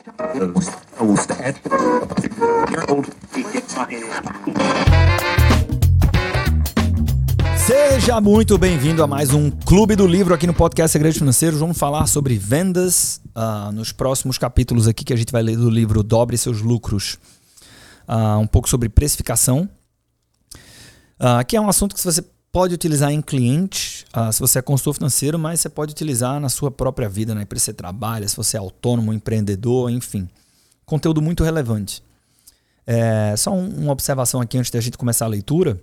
Seja muito bem-vindo a mais um Clube do Livro aqui no podcast Segredos Financeiros. Vamos falar sobre vendas nos próximos capítulos aqui que a gente vai ler do livro Dobre Seus Lucros. Um pouco sobre precificação, que é um assunto que você pode utilizar em clientes, se você é consultor financeiro, mas você pode utilizar na sua própria vida, na empresa que você trabalha, se você é autônomo, empreendedor, enfim. Conteúdo muito relevante. Só uma observação aqui antes da gente começar a leitura.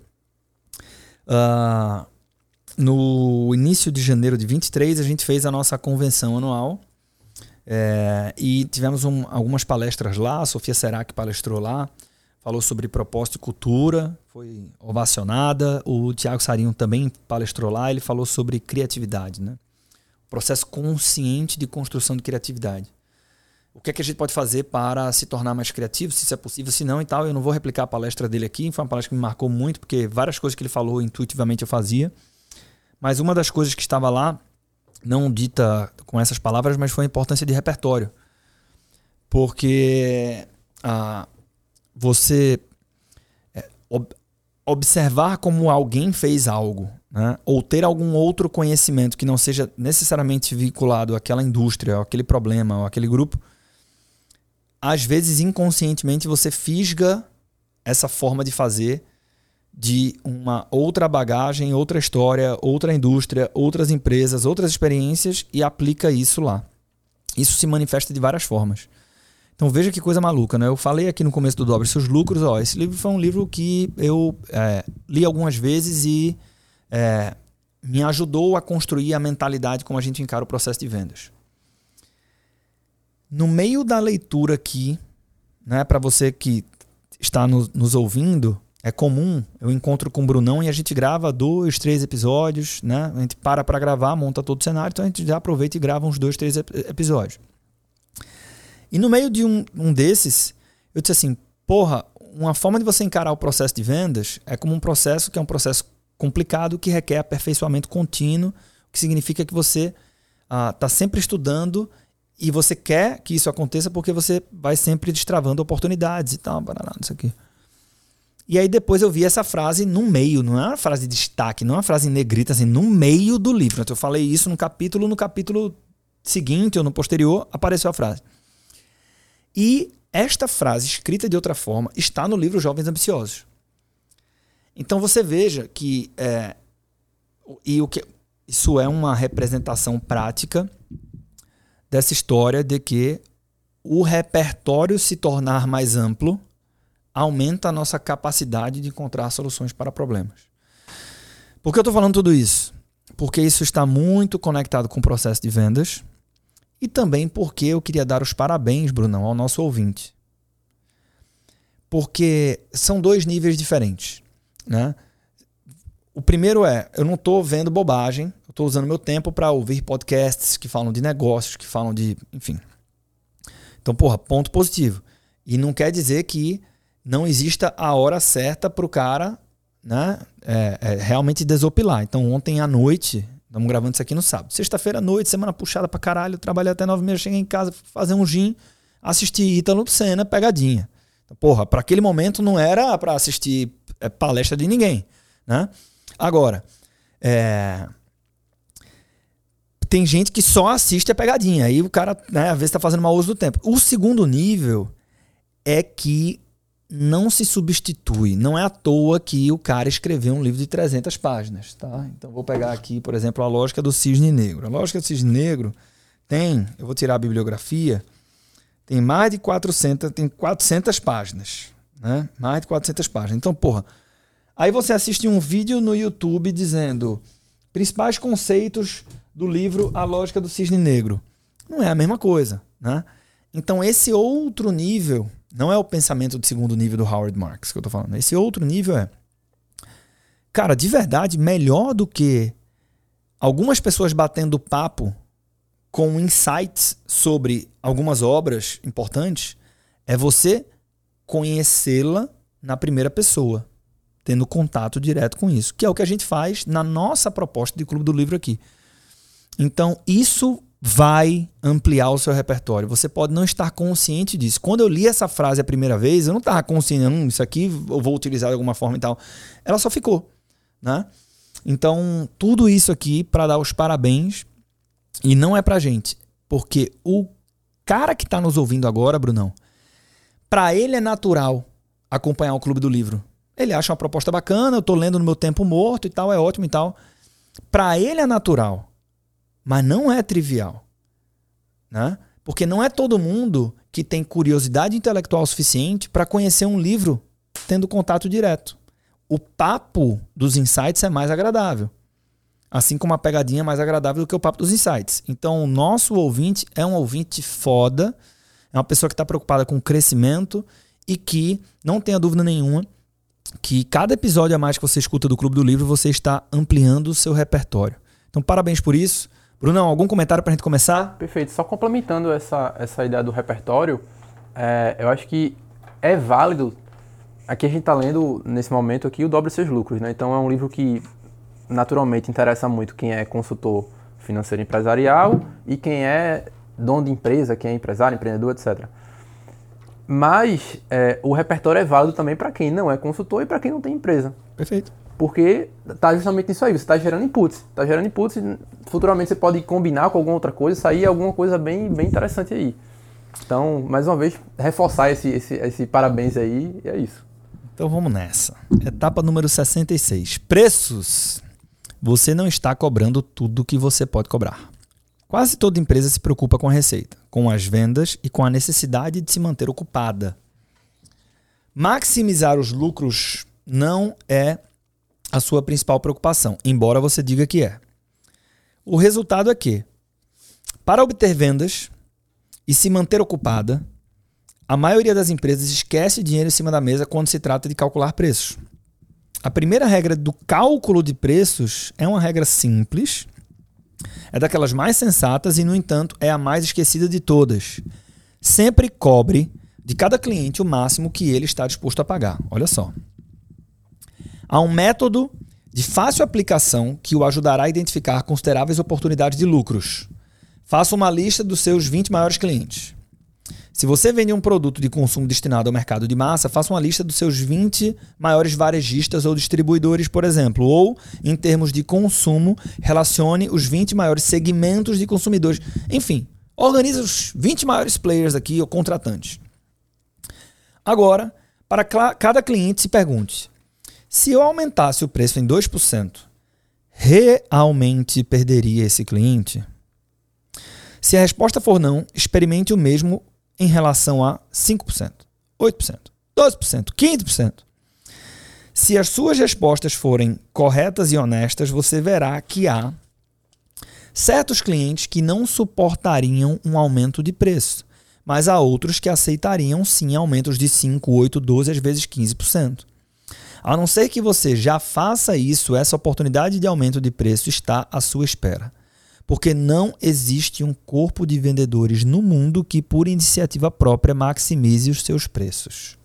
No início de janeiro de 23, a gente fez a nossa convenção anual e tivemos algumas palestras lá. A Sofia Serac palestrou lá, falou sobre propósito e cultura, foi ovacionada. O Tiago Sarinho também palestrou lá, ele falou sobre criatividade, né? Processo consciente de construção de criatividade. O que é que a gente pode fazer para se tornar mais criativo, se isso é possível, se não e tal. Eu não vou replicar a palestra dele aqui, foi uma palestra que me marcou muito, porque várias coisas que ele falou intuitivamente eu fazia. Mas uma das coisas que estava lá, não dita com essas palavras, mas foi a importância de repertório. Porque você observar como alguém fez algo, né? Ou ter algum outro conhecimento que não seja necessariamente vinculado àquela indústria, ou àquele problema, ou àquele grupo, às vezes inconscientemente você fisga essa forma de fazer de uma outra bagagem, outra história, outra indústria, outras empresas, outras experiências e aplica isso lá. Isso se manifesta de várias formas. Então veja que coisa maluca, né? Eu falei aqui no começo do Dobre Seus Lucros, esse livro foi um livro que eu li algumas vezes e me ajudou a construir a mentalidade como a gente encara o processo de vendas. No meio da leitura aqui, né, para você que está nos ouvindo, é comum, eu encontro com o Brunão e a gente grava 2, 3 episódios, né? A gente para gravar, monta todo o cenário, então a gente já aproveita e grava uns 2, 3 episódios. E no meio de um desses, eu disse assim, uma forma de você encarar o processo de vendas é como um processo que é um processo complicado que requer aperfeiçoamento contínuo, o que significa que você está sempre estudando e você quer que isso aconteça porque você vai sempre destravando oportunidades e tal, não sei o quê. E aí depois eu vi essa frase no meio, não é uma frase de destaque, não é uma frase em negrita, assim, no meio do livro. Então eu falei isso no capítulo seguinte ou no posterior apareceu a frase. E esta frase, escrita de outra forma, está no livro Jovens Ambiciosos. Então você veja que isso é uma representação prática dessa história de que o repertório se tornar mais amplo aumenta a nossa capacidade de encontrar soluções para problemas. Por que eu estou falando tudo isso? Porque isso está muito conectado com o processo de vendas e também porque eu queria dar os parabéns, Brunão, ao nosso ouvinte. Porque são 2 níveis diferentes, né? O primeiro eu não estou vendo bobagem, eu estou usando meu tempo para ouvir podcasts que falam de negócios, que falam de... enfim. Então, ponto positivo. E não quer dizer que não exista a hora certa para o cara, né, realmente desopilar. Então, ontem à noite, estamos gravando isso aqui no sábado. Sexta-feira à noite, semana puxada pra caralho, trabalhei até 9h30, cheguei em casa, fazer um gin, assistir Ítalo Lucena, pegadinha. Então, para aquele momento não era para assistir palestra de ninguém, né? Agora, tem gente que só assiste a pegadinha. Aí o cara, né, às vezes está fazendo mau uso do tempo. O segundo nível é que não se substitui. Não é à toa que o cara escreveu um livro de 300 páginas. Tá? Então vou pegar aqui, por exemplo, a lógica do cisne negro. A lógica do cisne negro eu vou tirar a bibliografia, tem mais de 400 páginas. Né? Mais de 400 páginas. Então, aí você assiste um vídeo no YouTube dizendo principais conceitos do livro A Lógica do Cisne Negro. Não é a mesma coisa, né? Então esse outro nível não é o pensamento de segundo nível do Howard Marks que eu tô falando. Esse outro nível cara, de verdade, melhor do que algumas pessoas batendo papo com insights sobre algumas obras importantes é você conhecê-la na primeira pessoa, tendo contato direto com isso, que é o que a gente faz na nossa proposta de Clube do Livro aqui. Então, isso vai ampliar o seu repertório. Você pode não estar consciente disso. Quando eu li essa frase a primeira vez, eu não estava consciente, isso aqui eu vou utilizar de alguma forma e tal. Ela só ficou, né? Então, tudo isso aqui para dar os parabéns, e não é pra gente, porque o cara que está nos ouvindo agora, Brunão, para ele é natural acompanhar o Clube do Livro. Ele acha uma proposta bacana, eu tô lendo no meu tempo morto e tal, é ótimo e tal. Para ele é natural. Mas não é trivial, né? Porque não é todo mundo que tem curiosidade intelectual suficiente para conhecer um livro tendo contato direto. O papo dos insights é mais agradável. Assim como a pegadinha é mais agradável do que o papo dos insights. Então, o nosso ouvinte é um ouvinte foda, é uma pessoa que está preocupada com o crescimento e que, não tenha dúvida nenhuma, que cada episódio a mais que você escuta do Clube do Livro, você está ampliando o seu repertório. Então, parabéns por isso. Brunão, algum comentário para a gente começar? Perfeito. Só complementando essa ideia do repertório, eu acho que é válido. Aqui a gente está lendo, nesse momento aqui, o Dobre Seus Lucros, né? Então é um livro que naturalmente interessa muito quem é consultor financeiro empresarial e quem é dono de empresa, quem é empresário, empreendedor, etc. Mas o repertório é válido também para quem não é consultor e para quem não tem empresa. Perfeito. Porque está justamente nisso aí, você está gerando inputs. Está gerando inputs e futuramente você pode combinar com alguma outra coisa e sair alguma coisa bem interessante aí. Então, mais uma vez, reforçar esse parabéns aí, e é isso. Então vamos nessa. Etapa número 66. Preços. Você não está cobrando tudo que você pode cobrar. Quase toda empresa se preocupa com a receita, com as vendas e com a necessidade de se manter ocupada. Maximizar os lucros não é a sua principal preocupação, embora você diga que é. O resultado é que, para obter vendas e se manter ocupada, a maioria das empresas esquece dinheiro em cima da mesa quando se trata de calcular preços. A primeira regra do cálculo de preços é uma regra simples, é daquelas mais sensatas e, no entanto, é a mais esquecida de todas. Sempre cobre de cada cliente o máximo que ele está disposto a pagar. Olha só. Há um método de fácil aplicação que o ajudará a identificar consideráveis oportunidades de lucros. Faça uma lista dos seus 20 maiores clientes. Se você vende um produto de consumo destinado ao mercado de massa, faça uma lista dos seus 20 maiores varejistas ou distribuidores, por exemplo. Ou, em termos de consumo, relacione os 20 maiores segmentos de consumidores. Enfim, organize os 20 maiores players aqui ou contratantes. Agora, para cada cliente, se pergunte: se eu aumentasse o preço em 2%, realmente perderia esse cliente? Se a resposta for não, experimente o mesmo em relação a 5%, 8%, 12%, 15%. Se as suas respostas forem corretas e honestas, você verá que há certos clientes que não suportariam um aumento de preço, mas há outros que aceitariam sim aumentos de 5, 8, 12, às vezes 15%. A não ser que você já faça isso, essa oportunidade de aumento de preço está à sua espera. Porque não existe um corpo de vendedores no mundo que, por iniciativa própria, maximize os seus preços.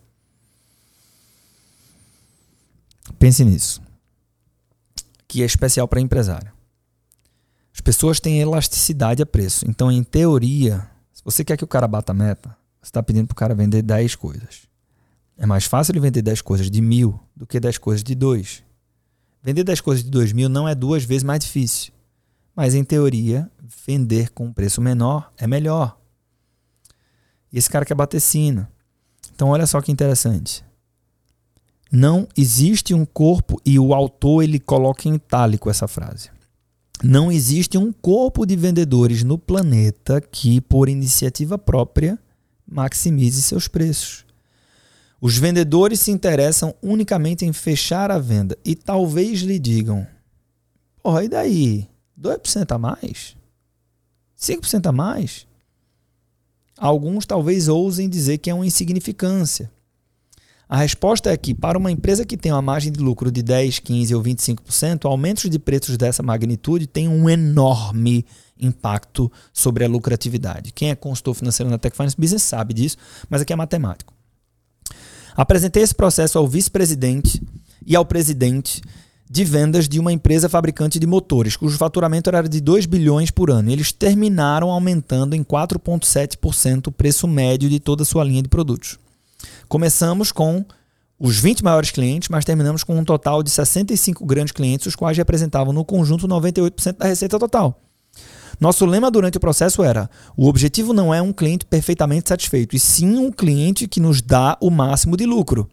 Pense nisso. Que é especial para empresário. As pessoas têm elasticidade a preço. Então, em teoria, se você quer que o cara bata a meta, você está pedindo para o cara vender 10 coisas. É mais fácil ele vender 10 coisas de 1.000 do que 10 coisas de 2. Vender 10 coisas de 2.000 não é 2 vezes mais difícil. Mas, em teoria, vender com um preço menor é melhor. E esse cara quer bater sino. Então, olha só que interessante. Não existe um corpo, e o autor ele coloca em itálico essa frase. Não existe um corpo de vendedores no planeta que, por iniciativa própria, maximize seus preços. Os vendedores se interessam unicamente em fechar a venda e talvez lhe digam: porra, e daí? 2% a mais? 5% a mais? Alguns talvez ousem dizer que é uma insignificância. A resposta é que, para uma empresa que tem uma margem de lucro de 10%, 15% ou 25%, aumentos de preços dessa magnitude têm um enorme impacto sobre a lucratividade. Quem é consultor financeiro na Tech Finance Business sabe disso, mas aqui é matemático. Apresentei esse processo ao vice-presidente e ao presidente de vendas de uma empresa fabricante de motores, cujo faturamento era de 2 bilhões por ano. Eles terminaram aumentando em 4,7% o preço médio de toda a sua linha de produtos. Começamos com os 20 maiores clientes, mas terminamos com um total de 65 grandes clientes, os quais representavam no conjunto 98% da receita total. Nosso lema durante o processo era: o objetivo não é um cliente perfeitamente satisfeito, e sim um cliente que nos dá o máximo de lucro.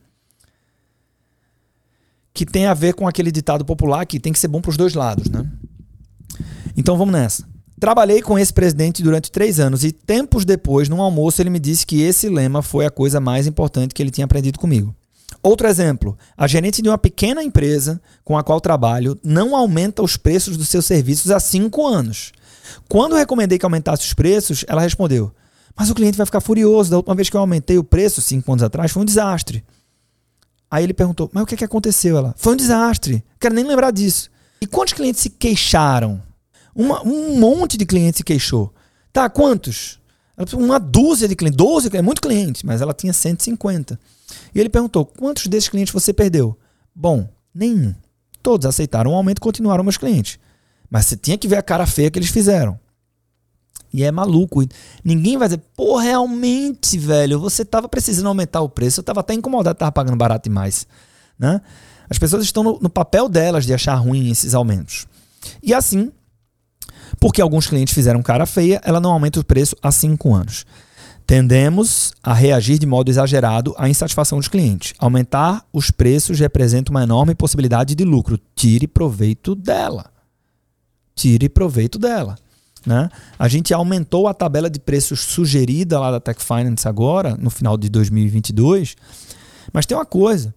Que tem a ver com aquele ditado popular que tem que ser bom para os dois lados, né? Então vamos nessa. Trabalhei com esse presidente durante 3 anos e tempos depois, num almoço, ele me disse que esse lema foi a coisa mais importante que ele tinha aprendido comigo. Outro exemplo, a gerente de uma pequena empresa com a qual trabalho não aumenta os preços dos seus serviços há 5 anos. Quando recomendei que aumentasse os preços, ela respondeu: mas o cliente vai ficar furioso, da última vez que eu aumentei o preço, 5 anos atrás, foi um desastre. Aí ele perguntou: mas o que aconteceu? Ela: foi um desastre, não quero nem lembrar disso. E quantos clientes se queixaram? Um monte de clientes se queixou. Tá, quantos? Ela pensou, uma dúzia de clientes, 12 clientes, muito cliente, mas ela tinha 150. E ele perguntou: quantos desses clientes você perdeu? Bom, nenhum. Todos aceitaram o aumento e continuaram meus clientes. Mas você tinha que ver a cara feia que eles fizeram. E é maluco. Ninguém vai dizer: pô, realmente, velho, você tava precisando aumentar o preço, eu tava até incomodado, tava pagando barato demais. Né? As pessoas estão no papel delas de achar ruim esses aumentos. E assim, porque alguns clientes fizeram cara feia, ela não aumenta o preço há 5 anos. Tendemos a reagir de modo exagerado à insatisfação dos clientes. Aumentar os preços representa uma enorme possibilidade de lucro. Tire proveito dela. Tire proveito dela. Né? A gente aumentou a tabela de preços sugerida lá da Tech Finance agora, no final de 2022. Mas tem uma coisa.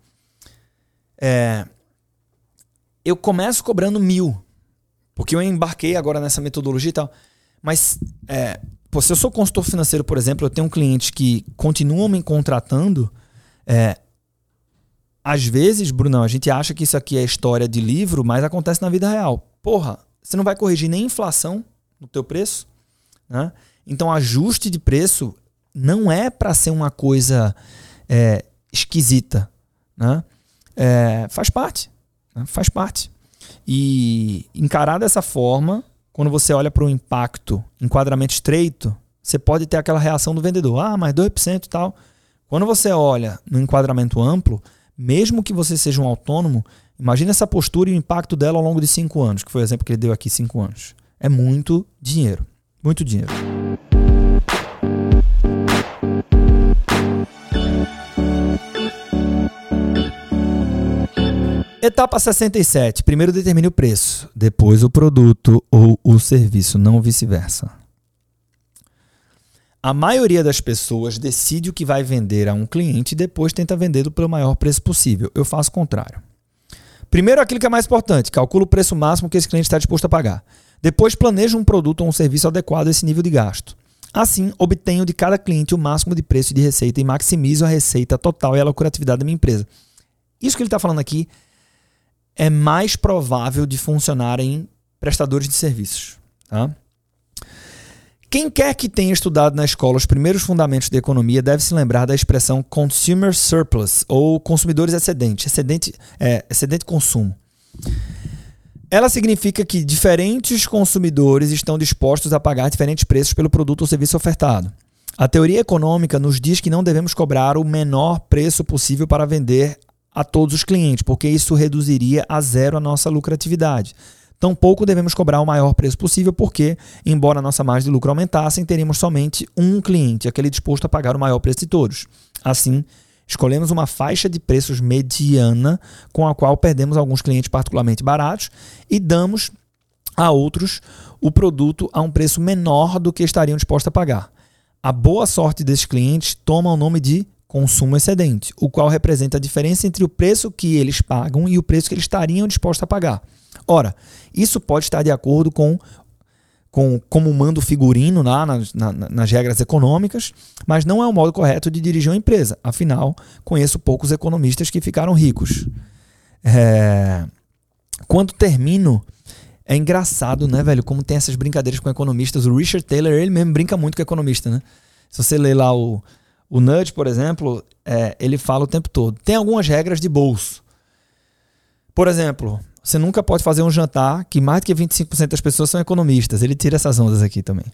Eu começo cobrando 1.000. Porque eu embarquei agora nessa metodologia e tal. Mas se eu sou consultor financeiro, por exemplo, eu tenho clientes que continuam me contratando. Às vezes, Brunão, a gente acha que isso aqui é história de livro, mas acontece na vida real. Porra, você não vai corrigir nem inflação no teu preço, né? Então, ajuste de preço não é para ser uma coisa esquisita, né? Faz parte, né? Faz parte. E encarar dessa forma, quando você olha para o impacto, enquadramento estreito, você pode ter aquela reação do vendedor: ah, mais 2% e tal. Quando você olha no enquadramento amplo, mesmo que você seja um autônomo, imagina essa postura e o impacto dela ao longo de 5 anos, que foi o exemplo que ele deu aqui, 5 anos. É muito dinheiro. Muito dinheiro. Etapa 67. Primeiro determine o preço, depois o produto ou o serviço, não vice-versa. A maioria das pessoas decide o que vai vender a um cliente e depois tenta vendê-lo pelo maior preço possível. Eu faço o contrário. Primeiro aquilo que é mais importante, calculo o preço máximo que esse cliente está disposto a pagar. Depois planejo um produto ou um serviço adequado a esse nível de gasto. Assim, obtenho de cada cliente o máximo de preço e de receita e maximizo a receita total e a lucratividade da minha empresa. Isso que ele está falando aqui é mais provável de funcionar em prestadores de serviços. Tá? Quem quer que tenha estudado na escola os primeiros fundamentos da economia deve se lembrar da expressão consumer surplus, ou consumidores excedente consumo. Ela significa que diferentes consumidores estão dispostos a pagar diferentes preços pelo produto ou serviço ofertado. A teoria econômica nos diz que não devemos cobrar o menor preço possível para vender a todos os clientes, porque isso reduziria a zero a nossa lucratividade. Tampouco devemos cobrar o maior preço possível, porque, embora a nossa margem de lucro aumentasse, teríamos somente um cliente, aquele disposto a pagar o maior preço de todos. Assim, escolhemos uma faixa de preços mediana, com a qual perdemos alguns clientes particularmente baratos e damos a outros o produto a um preço menor do que estariam dispostos a pagar. A boa sorte desses clientes toma o nome de consumo excedente, o qual representa a diferença entre o preço que eles pagam e o preço que eles estariam dispostos a pagar. Ora, isso pode estar de acordo com como manda o figurino lá nas regras econômicas, mas não é o modo correto de dirigir uma empresa. Afinal, conheço poucos economistas que ficaram ricos. Quando termino, é engraçado, né, velho, como tem essas brincadeiras com economistas. O Richard Taylor, ele mesmo brinca muito com economista, né? Se você ler lá o Nudge, por exemplo, ele fala o tempo todo. Tem algumas regras de bolso. Por exemplo, você nunca pode fazer um jantar que mais do que 25% das pessoas são economistas. Ele tira essas ondas aqui também.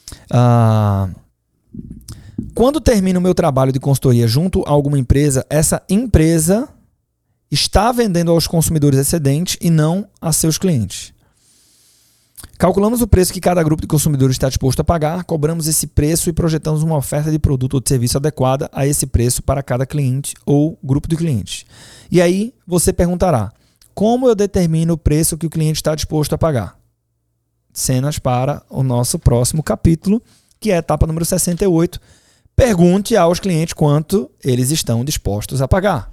Quando termino o meu trabalho de consultoria junto a alguma empresa, essa empresa está vendendo aos consumidores excedentes e não a seus clientes. Calculamos o preço que cada grupo de consumidores está disposto a pagar, cobramos esse preço e projetamos uma oferta de produto ou de serviço adequada a esse preço para cada cliente ou grupo de clientes. E aí você perguntará, como eu determino o preço que o cliente está disposto a pagar? Cenas para o nosso próximo capítulo, que é a etapa número 68. Pergunte aos clientes quanto eles estão dispostos a pagar.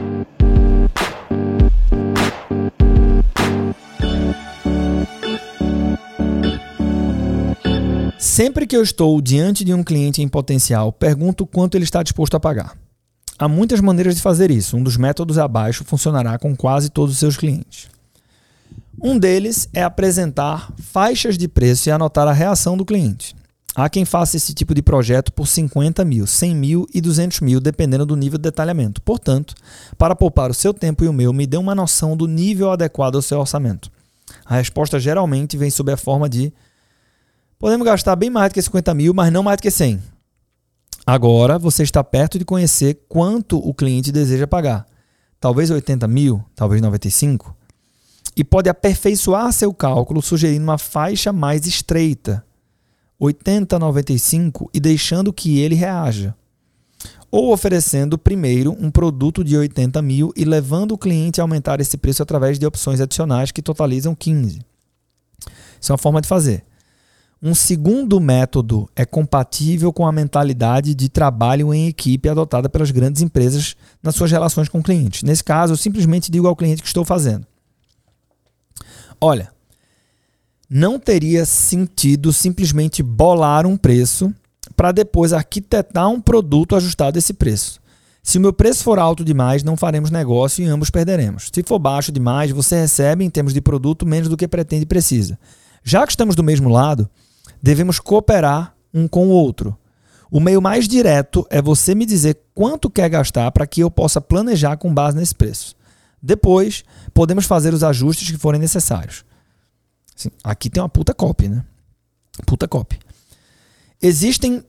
Sempre que eu estou diante de um cliente em potencial, pergunto quanto ele está disposto a pagar. Há muitas maneiras de fazer isso. Um dos métodos abaixo funcionará com quase todos os seus clientes. Um deles é apresentar faixas de preço e anotar a reação do cliente. Há quem faça esse tipo de projeto por 50 mil, 100 mil e 200 mil, dependendo do nível de detalhamento. Portanto, para poupar o seu tempo e o meu, me dê uma noção do nível adequado ao seu orçamento. A resposta geralmente vem sob a forma de: podemos gastar bem mais do que 50 mil, mas não mais do que 100. Agora você está perto de conhecer quanto o cliente deseja pagar. Talvez 80 mil, talvez 95. E pode aperfeiçoar seu cálculo sugerindo uma faixa mais estreita, 80 a 95, e deixando que ele reaja. Ou oferecendo primeiro um produto de 80 mil e levando o cliente a aumentar esse preço através de opções adicionais que totalizam 15. Isso é uma forma de fazer. Um segundo método é compatível com a mentalidade de trabalho em equipe adotada pelas grandes empresas nas suas relações com clientes. Nesse caso, eu simplesmente digo ao cliente que estou fazendo: olha, não teria sentido simplesmente bolar um preço para depois arquitetar um produto ajustado a esse preço. Se o meu preço for alto demais, não faremos negócio e ambos perderemos. Se for baixo demais, você recebe, em termos de produto, menos do que pretende e precisa. Já que estamos do mesmo lado, devemos cooperar um com o outro. O meio mais direto é você me dizer quanto quer gastar para que eu possa planejar com base nesse preço. Depois, podemos fazer os ajustes que forem necessários. Assim, aqui tem uma puta copy, né? Puta copy. Existem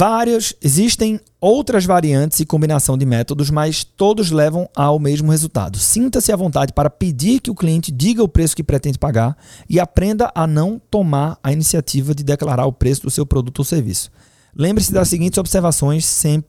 outras variantes e combinação de métodos, mas todos levam ao mesmo resultado. Sinta-se à vontade para pedir que o cliente diga o preço que pretende pagar e aprenda a não tomar a iniciativa de declarar o preço do seu produto ou serviço. Lembre-se das seguintes observações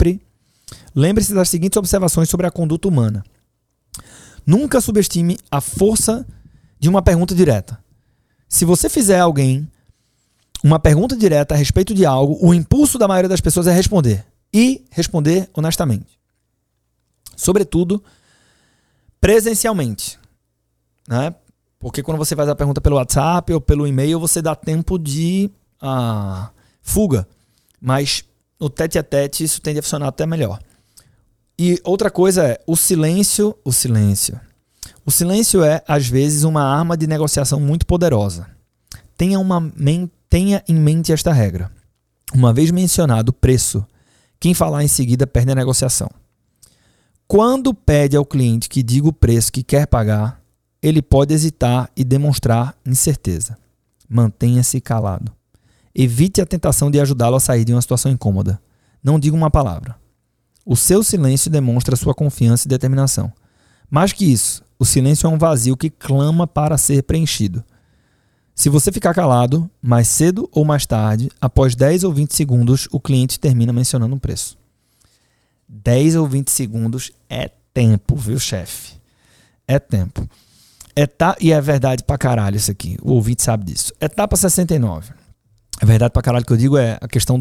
sobre a conduta humana. Nunca subestime a força de uma pergunta direta. Se você fizer a alguém uma pergunta direta a respeito de algo, o impulso da maioria das pessoas é responder. E responder honestamente. Sobretudo, presencialmente. Né? Porque quando você faz a pergunta pelo WhatsApp ou pelo e-mail, você dá tempo de fuga. Mas no tete-a-tete isso tende a funcionar até melhor. E outra coisa é o silêncio. O silêncio é, às vezes, uma arma de negociação muito poderosa. Tenha em mente esta regra. Uma vez mencionado o preço, quem falar em seguida perde a negociação. Quando pede ao cliente que diga o preço que quer pagar, ele pode hesitar e demonstrar incerteza. Mantenha-se calado. Evite a tentação de ajudá-lo a sair de uma situação incômoda. Não diga uma palavra. O seu silêncio demonstra sua confiança e determinação. Mais que isso, o silêncio é um vazio que clama para ser preenchido. Se você ficar calado, mais cedo ou mais tarde, após 10 ou 20 segundos, o cliente termina mencionando um preço. 10 ou 20 segundos é tempo, viu, chefe? É tempo. E é verdade pra caralho isso aqui. O ouvinte sabe disso. Etapa 69. É verdade pra caralho que eu digo é a questão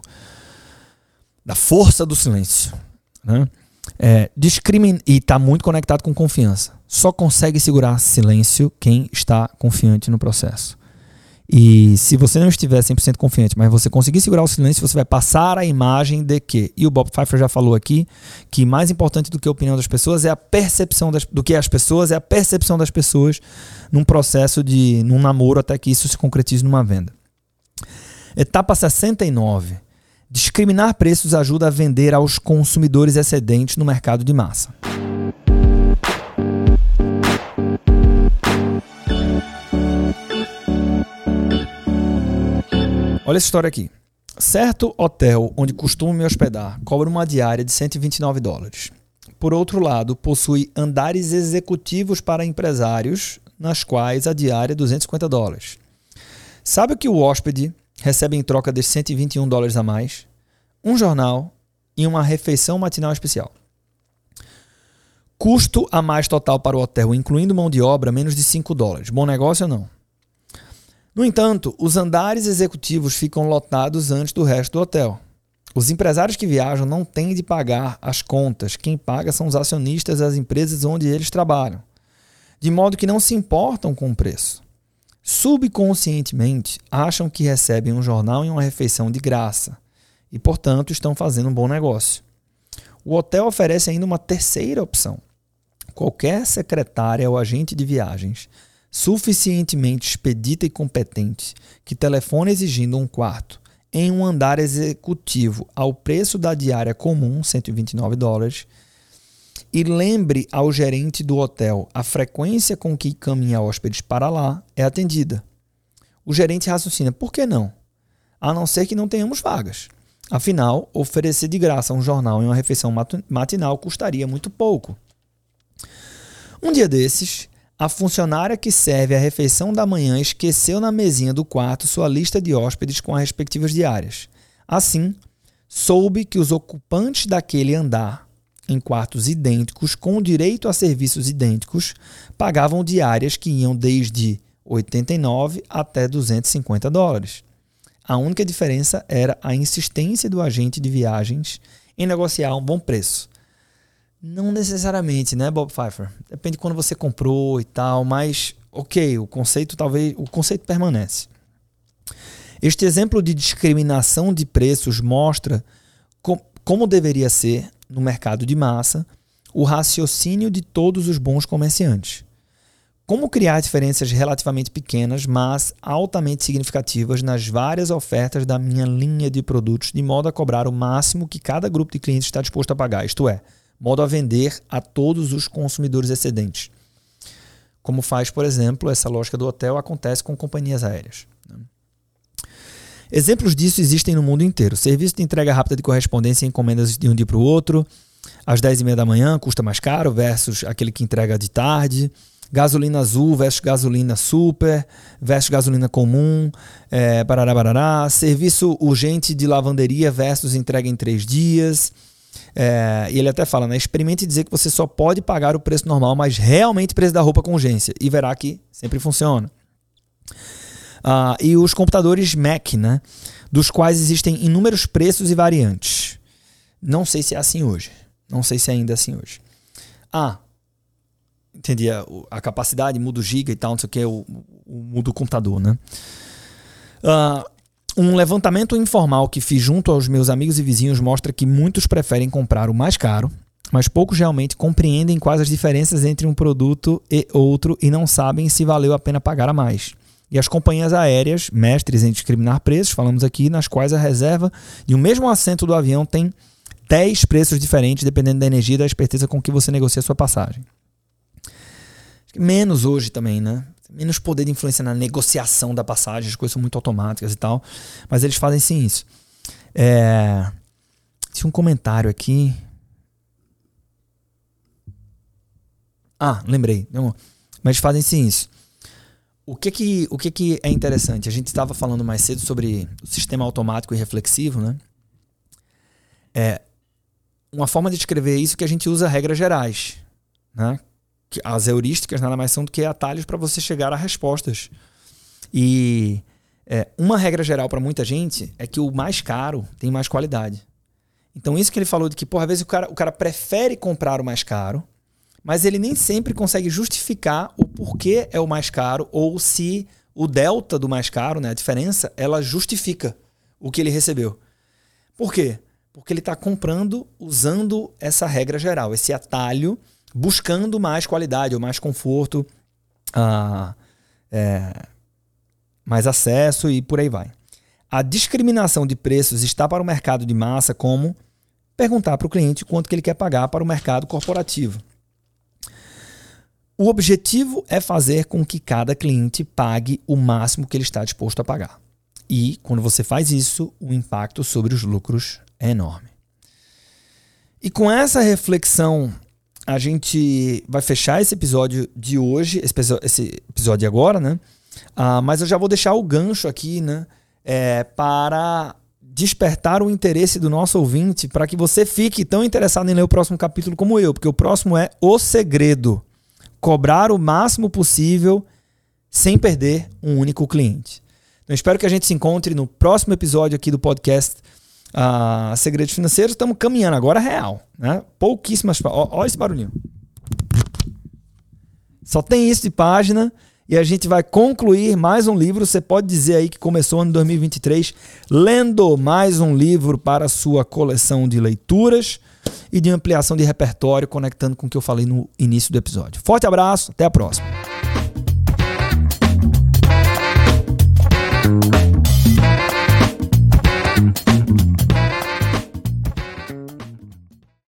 da força do silêncio. Né? E está muito conectado com confiança. Só consegue segurar silêncio quem está confiante no processo. E se você não estiver 100% confiante, mas você conseguir segurar o silêncio, você vai passar a imagem de que, e o Bob Pfeiffer já falou aqui, que mais importante do que a opinião das pessoas é a percepção é a percepção das pessoas num processo num namoro até que isso se concretize numa venda. Etapa 69. Discriminar preços ajuda a vender aos consumidores excedentes no mercado de massa. Olha essa história aqui. Certo hotel onde costumo me hospedar cobra uma diária de $129. Por outro lado, possui andares executivos para empresários, nas quais a diária é $250. Sabe o que o hóspede recebe em troca desses $121 a mais? Um jornal e uma refeição matinal especial. Custo a mais total para o hotel, incluindo mão de obra, menos de $5. Bom negócio ou não? No entanto, os andares executivos ficam lotados antes do resto do hotel. Os empresários que viajam não têm de pagar as contas. Quem paga são os acionistas das empresas onde eles trabalham. De modo que não se importam com o preço. Subconscientemente, acham que recebem um jornal e uma refeição de graça. E, portanto, estão fazendo um bom negócio. O hotel oferece ainda uma terceira opção. Qualquer secretária ou agente de viagens suficientemente expedita e competente que telefone exigindo um quarto em um andar executivo ao preço da diária comum, $129, e lembre ao gerente do hotel a frequência com que caminha hóspedes para lá, é atendida. O gerente raciocina, por que não? A não ser que não tenhamos vagas. Afinal, oferecer de graça um jornal e uma refeição matinal custaria muito pouco. Um dia desses, a funcionária que serve a refeição da manhã esqueceu na mesinha do quarto sua lista de hóspedes com as respectivas diárias. Assim, soube que os ocupantes daquele andar, em quartos idênticos, com direito a serviços idênticos, pagavam diárias que iam desde $89 até $250. A única diferença era a insistência do agente de viagens em negociar um bom preço. Não necessariamente, né, Bob Pfeiffer? Depende de quando você comprou e tal, mas ok, o conceito permanece. Este exemplo de discriminação de preços mostra como deveria ser, no mercado de massa, o raciocínio de todos os bons comerciantes. Como criar diferenças relativamente pequenas, mas altamente significativas nas várias ofertas da minha linha de produtos, de modo a cobrar o máximo que cada grupo de clientes está disposto a pagar, isto é, modo a vender a todos os consumidores excedentes. Como faz, por exemplo, essa lógica do hotel acontece com companhias aéreas. Exemplos disso existem no mundo inteiro. Serviço de entrega rápida de correspondência e encomendas de um dia para o outro, às 10h30 da manhã, custa mais caro, versus aquele que entrega de tarde. Gasolina azul versus gasolina super, versus gasolina comum, barará. Serviço urgente de lavanderia versus entrega em 3 dias. E ele até fala, né? Experimente dizer que você só pode pagar o preço normal, mas realmente o preço da roupa com urgência. E verá que sempre funciona. E os computadores Mac, né? Dos quais existem inúmeros preços e variantes. Não sei se é assim hoje. Não sei se ainda é assim hoje. Entendi. A capacidade muda o giga e tal, não sei o que, muda o computador, né? Um levantamento informal que fiz junto aos meus amigos e vizinhos mostra que muitos preferem comprar o mais caro, mas poucos realmente compreendem quais as diferenças entre um produto e outro e não sabem se valeu a pena pagar a mais. E as companhias aéreas, mestres em discriminar preços, falamos aqui, nas quais a reserva de um mesmo assento do avião tem 10 preços diferentes, dependendo da energia e da esperteza com que você negocia a sua passagem. Menos hoje também, né? Menos poder de influência na negociação da passagem, as coisas são muito automáticas e tal, mas eles fazem sim isso. Tinha um comentário aqui. Lembrei. Não, mas fazem sim isso. O que é interessante? A gente estava falando mais cedo sobre o sistema automático e reflexivo, né? Uma forma de descrever isso é que a gente usa regras gerais, né? As heurísticas nada mais são do que atalhos para você chegar a respostas. E uma regra geral para muita gente é que o mais caro tem mais qualidade. Então isso que ele falou de que, às vezes o cara prefere comprar o mais caro, mas ele nem sempre consegue justificar o porquê é o mais caro ou se o delta do mais caro, né, a diferença, ela justifica o que ele recebeu. Por quê? Porque ele está comprando usando essa regra geral, esse atalho, buscando mais qualidade ou mais conforto, mais acesso e por aí vai. A discriminação de preços está para o mercado de massa como perguntar para o cliente quanto que ele quer pagar para o mercado corporativo. O objetivo é fazer com que cada cliente pague o máximo que ele está disposto a pagar. E quando você faz isso, o impacto sobre os lucros é enorme. E com essa reflexão, a gente vai fechar esse episódio de hoje, esse episódio de agora, né? Mas eu já vou deixar o gancho aqui, né? Para despertar o interesse do nosso ouvinte, para que você fique tão interessado em ler o próximo capítulo como eu, porque o próximo é O Segredo. Cobrar o máximo possível sem perder um único cliente. Então, espero que a gente se encontre no próximo episódio aqui do podcast Segredos Financeiros. Estamos caminhando agora real, né? Pouquíssimas... Olha esse barulhinho. Só tem isso de página e a gente vai concluir mais um livro. Você pode dizer aí que começou o ano 2023 lendo mais um livro para a sua coleção de leituras e de ampliação de repertório, conectando com o que eu falei no início do episódio. Forte abraço, até a próxima.